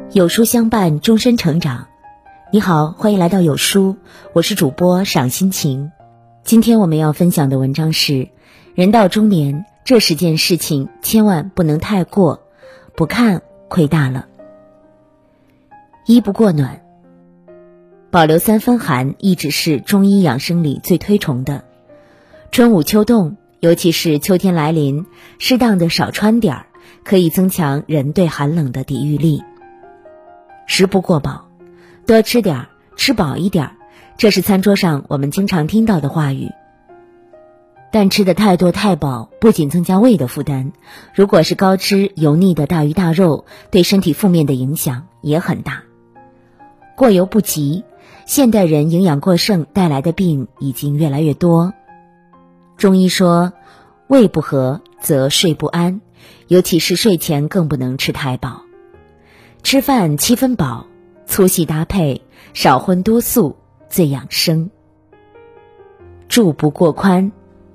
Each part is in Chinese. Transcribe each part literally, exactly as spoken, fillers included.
有书相伴，终身成长。你好，欢迎来到有书，我是主播赏心情。今天我们要分享的文章是：人到中年，这十件事情千万不能太过，不看亏大了。衣不过暖，保留三分寒一直是中医养生里最推崇的。春捂秋冻，尤其是秋天来临，适当的少穿点儿，可以增强人对寒冷的抵御力。食不过饱，多吃点儿，吃饱一点儿，这是餐桌上我们经常听到的话语。但吃的太多太饱，不仅增加胃的负担，如果是高脂油腻的大鱼大肉，对身体负面的影响也很大。过犹不及，现代人营养过剩带来的病已经越来越多。中医说，胃不和则睡不安，尤其是睡前更不能吃太饱。吃饭七分饱，粗细搭配，少荤多素，最养生。住不过宽，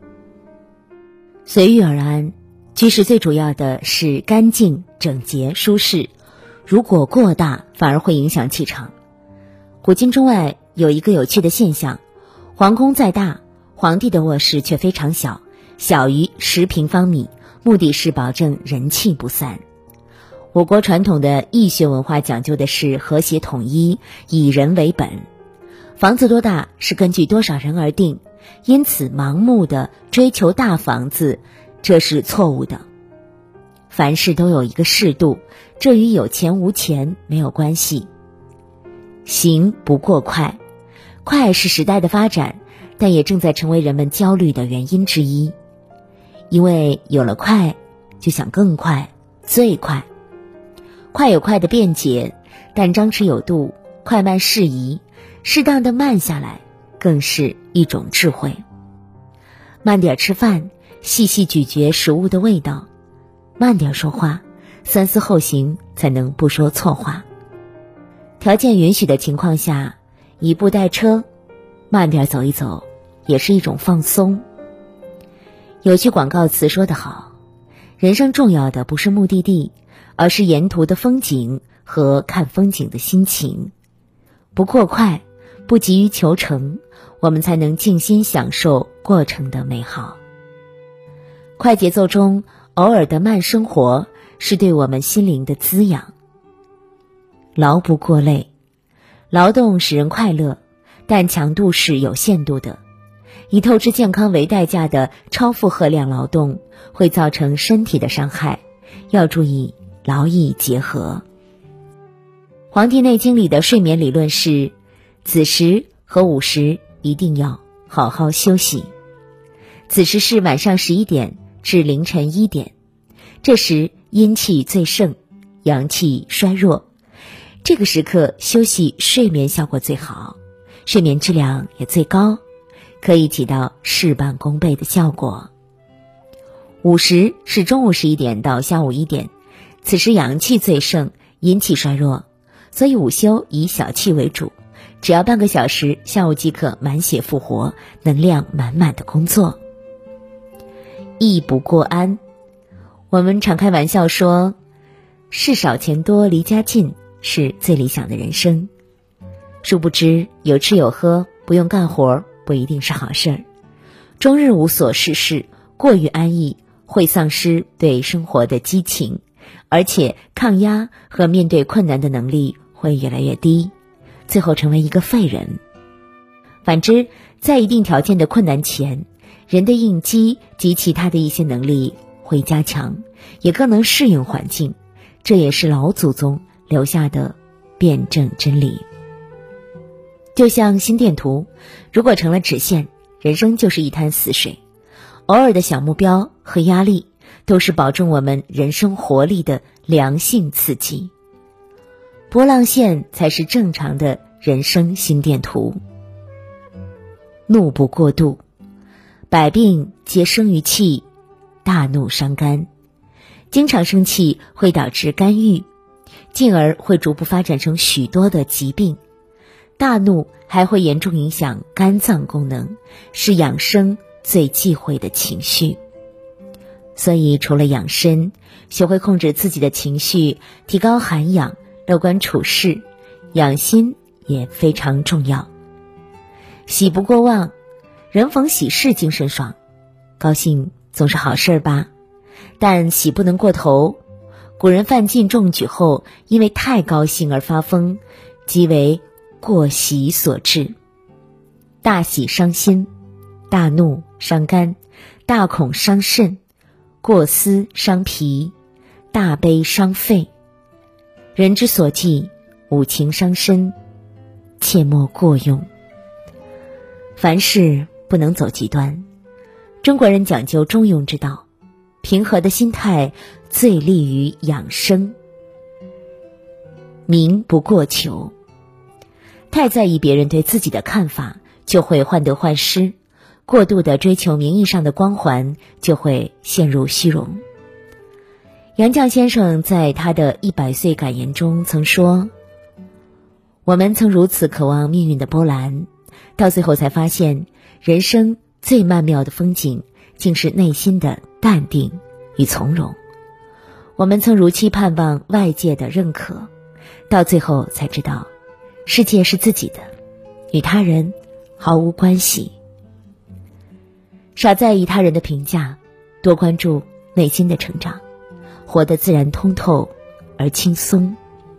随遇而安。居室最主要的是干净、整洁、舒适，如果过大，反而会影响气场。古今中外有一个有趣的现象，皇宫再大，皇帝的卧室却非常小，小于十平方米，目的是保证人气不散。我国传统的易学文化讲究的是和谐统一，以人为本。房子多大是根据多少人而定，因此盲目的追求大房子，这是错误的。凡事都有一个适度，这与有钱无钱没有关系。行不过快，快是时代的发展，但也正在成为人们焦虑的原因之一。因为有了快，就想更快，最快。快有快的便捷，但张弛有度，快慢适宜，适当的慢下来，更是一种智慧。慢点吃饭，细细咀嚼食物的味道；慢点说话，三思后行，才能不说错话。条件允许的情况下，以步代车，慢点走一走，也是一种放松。有句广告词说得好，人生重要的不是目的地，而是沿途的风景和看风景的心情。不过快，不急于求成，我们才能静心享受过程的美好。快节奏中偶尔的慢生活，是对我们心灵的滋养。劳不过累，劳动使人快乐，但强度是有限度的。以透支健康为代价的超负荷量劳动，会造成身体的伤害，要注意劳逸结合。黄帝内经里的睡眠理论是，子时和午时一定要好好休息。子时是晚上十一点至凌晨一点，这时阴气最盛，阳气衰弱，这个时刻休息睡眠效果最好，睡眠质量也最高，可以起到事半功倍的效果。午时是中午十一点到下午一点，此时阳气最盛，阴气衰弱，所以午休以小气为主，只要半个小时，下午即可满血复活，能量满满的工作。义不过安，我们常开玩笑说，事少钱多离家近是最理想的人生。殊不知有吃有喝，不用干活不一定是好事儿。终日无所事事，过于安逸，会丧失对生活的激情，而且抗压和面对困难的能力会越来越低，最后成为一个废人。反之，在一定条件的困难前，人的应激及其他的一些能力会加强，也更能适应环境，这也是老祖宗留下的辩证真理。就像心电图，如果成了直线，人生就是一滩死水。偶尔的小目标和压力，都是保证我们人生活力的良性刺激。波浪线才是正常的人生心电图。怒不过度，百病皆生于气，大怒伤肝。经常生气会导致肝郁，进而会逐步发展成许多的疾病。大怒还会严重影响肝脏功能，是养生最忌讳的情绪。所以除了养生，学会控制自己的情绪，提高涵养， 乐观处事，养心也非常重要。喜不过望，人逢喜事精神爽，高兴总是好事吧，但喜不能过头。古人范进中举后，因为太高兴而发疯，即为过喜所致。大喜伤心，大怒伤肝，大恐伤肾，过思伤脾，大悲伤肺。人之所忌，五情伤身，切莫过用。凡事不能走极端，中国人讲究中庸之道，平和的心态最利于养生。名不过求，太在意别人对自己的看法，就会患得患失，过度的追求名义上的光环，就会陷入虚荣。杨绛先生在他的一百岁感言中曾说，我们曾如此渴望命运的波澜，到最后才发现，人生最曼妙的风景竟是内心的淡定与从容。我们曾如期盼望外界的认可，到最后才知道，世界是自己的，与他人毫无关系。少在意他人的评价，多关注内心的成长，活得自然通透而轻松。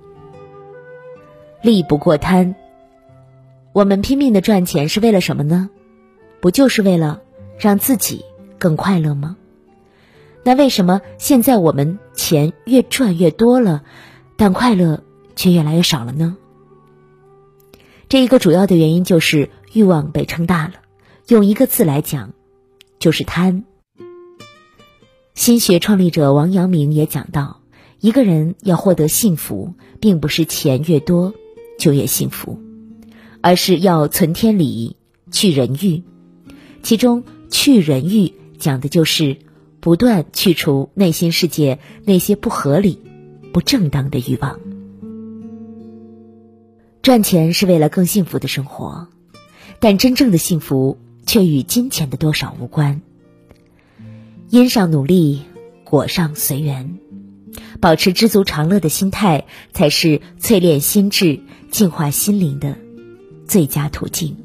利不过贪，我们拼命的赚钱是为了什么呢？不就是为了让自己更快乐吗？那为什么现在我们钱越赚越多了，但快乐却越来越少了呢？这一个主要的原因就是欲望被撑大了，用一个字来讲，就是贪。心学创立者王阳明也讲到，一个人要获得幸福，并不是钱越多就越幸福，而是要存天理，去人欲。其中去人欲讲的就是不断去除内心世界那些不合理、不正当的欲望。赚钱是为了更幸福的生活，但真正的幸福却与金钱的多少无关。因上努力，果上随缘，保持知足常乐的心态，才是淬炼心智、净化心灵的最佳途径。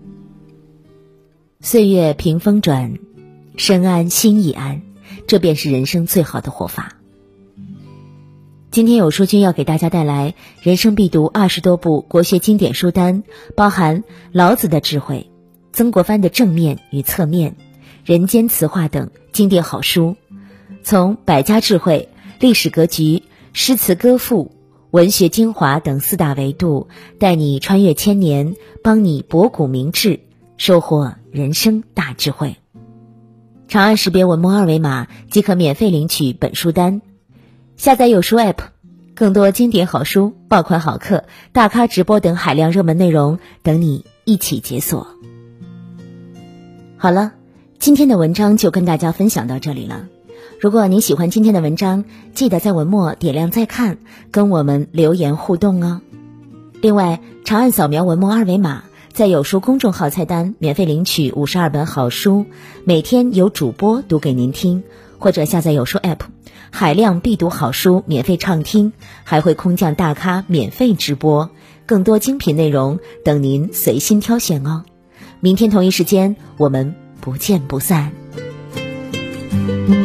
岁月凭风转，身安心亦安，这便是人生最好的活法。今天有书君要给大家带来人生必读二十多部国学经典书单，包含老子的智慧、曾国藩的正面与侧面、人间词话等经典好书，从百家智慧、历史格局、诗词歌赋、文学精华等四大维度，带你穿越千年，帮你博古明智，收获人生大智慧。长按识别文末二维码即可免费领取本书单。下载有书 App， 更多经典好书、爆款好课、大咖直播等海量热门内容等你一起解锁。好了，今天的文章就跟大家分享到这里了。如果您喜欢今天的文章，记得在文末点亮再看，跟我们留言互动哦。另外，长按扫描文末二维码，在有书公众号菜单免费领取五十二本好书，每天有主播读给您听，或者下载有书 App， 海量必读好书免费畅听，还会空降大咖免费直播，更多精品内容等您随心挑选哦。明天同一时间，我们不见不散。